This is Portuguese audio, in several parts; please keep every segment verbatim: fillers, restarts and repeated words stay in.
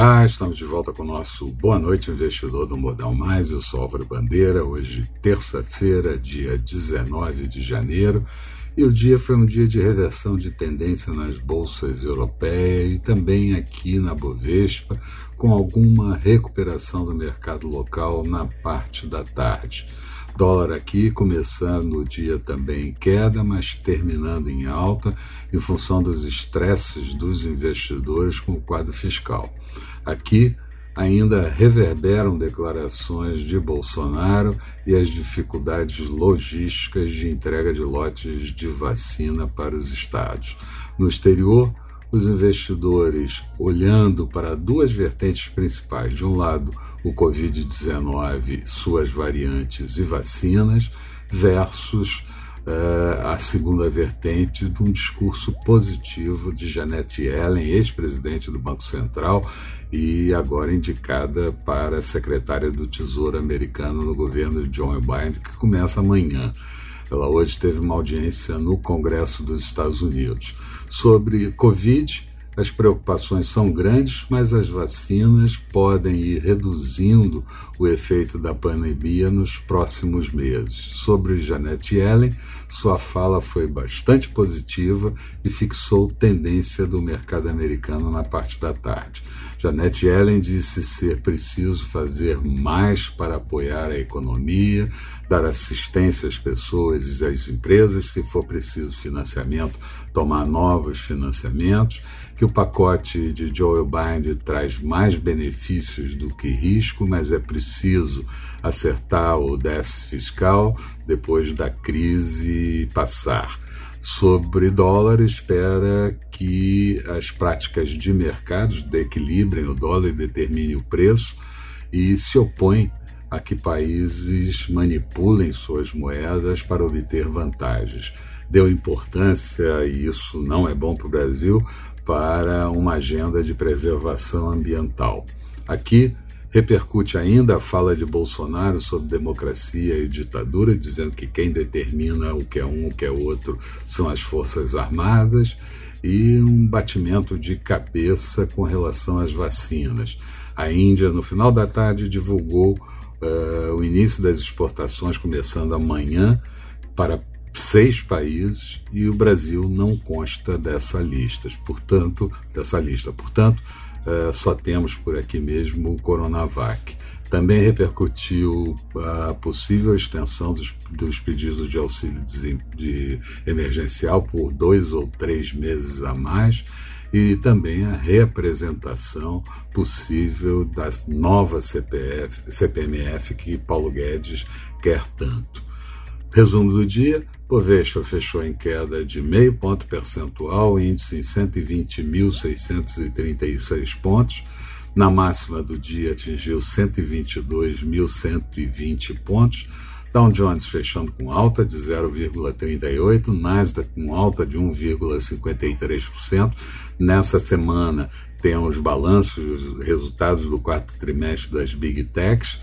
Olá, estamos de volta com o nosso Boa Noite Investidor do Modal Mais. Eu sou Álvaro Bandeira, hoje terça-feira, dia dezenove de janeiro, e o dia foi um dia de reversão de tendência nas bolsas europeias e também aqui na Bovespa, com alguma recuperação do mercado local na parte da tarde. Dólar aqui começando o dia também em queda, mas terminando em alta em função dos estresses dos investidores com o quadro fiscal. Aqui ainda reverberam declarações de Bolsonaro e as dificuldades logísticas de entrega de lotes de vacina para os estados. No exterior, os investidores olhando para duas vertentes principais. De um lado, o covid dezenove, suas variantes e vacinas, versus uh, a segunda vertente de um discurso positivo de Janet Yellen, ex-presidente do Banco Central e agora indicada para secretária do Tesouro americano no governo de Joe Biden, que começa amanhã. Ela hoje teve uma audiência no Congresso dos Estados Unidos. Sobre Covid, as preocupações são grandes, mas as vacinas podem ir reduzindo o efeito da pandemia nos próximos meses. Sobre Janet Yellen, sua fala foi bastante positiva e fixou tendência do mercado americano na parte da tarde. Janet Yellen disse ser preciso fazer mais para apoiar a economia, dar assistência às pessoas e às empresas, se for preciso financiamento, tomar novos financiamentos, que o pacote de Joe Biden traz mais benefícios do que risco, mas é preciso acertar o déficit fiscal depois da crise passar. Sobre dólar, espera que as práticas de mercados desequilibrem o dólar e determinem o preço e se opõe a que países manipulem suas moedas para obter vantagens. Deu importância, e isso não é bom para o Brasil, para uma agenda de preservação ambiental. Aqui, repercute ainda a fala de Bolsonaro sobre democracia e ditadura, dizendo que quem determina o que é um, o que é outro são as Forças Armadas, e um batimento de cabeça com relação às vacinas. A Índia, no final da tarde, divulgou uh, o início das exportações, começando amanhã, para seis países, e o Brasil não consta dessa lista. Portanto, dessa lista. Portanto, Uh, só temos por aqui mesmo o Coronavac. Também repercutiu a possível extensão dos, dos pedidos de auxílio de, de emergencial por dois ou três meses a mais e também a reapresentação possível da nova C P F, C P M F que Paulo Guedes quer tanto. Resumo do dia: Bovespa fechou em queda de meio ponto percentual, índice em cento e vinte mil seiscentos e trinta e seis pontos. Na máxima do dia atingiu cento e vinte e dois mil cento e vinte pontos. Dow Jones fechando com alta de zero vírgula trinta e oito por cento, Nasdaq com alta de um vírgula cinquenta e três por cento. Nessa semana temos balanços, resultados do quarto trimestre das Big Techs,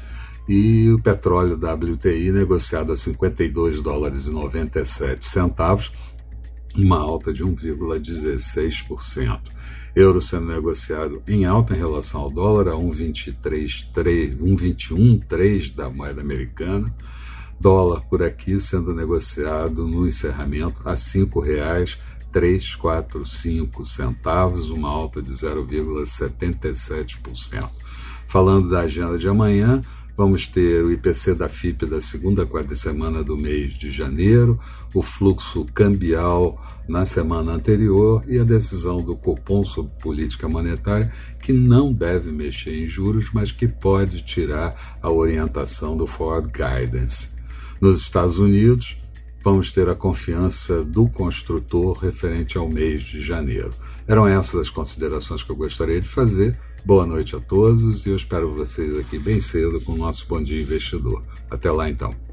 e o petróleo W T I negociado a cinquenta e dois dólares e noventa e sete centavos, uma alta de um vírgula dezesseis por cento. Euro sendo negociado em alta em relação ao dólar, a um vírgula vinte e três, um vírgula vinte e um vírgula três da moeda americana. Dólar por aqui sendo negociado no encerramento a cinco reais e trezentos e quarenta e cinco centavos, uma alta de zero vírgula setenta e sete por cento. Falando da agenda de amanhã, vamos ter o I P C da F I P da segunda quadricemana do mês de janeiro, o fluxo cambial na semana anterior e a decisão do Copom sobre política monetária, que não deve mexer em juros, mas que pode tirar a orientação do Forward Guidance. Nos Estados Unidos, vamos ter a confiança do construtor referente ao mês de janeiro. Eram essas as considerações que eu gostaria de fazer. Boa noite a todos e eu espero vocês aqui bem cedo com o nosso Bom Dia Investidor. Até lá então.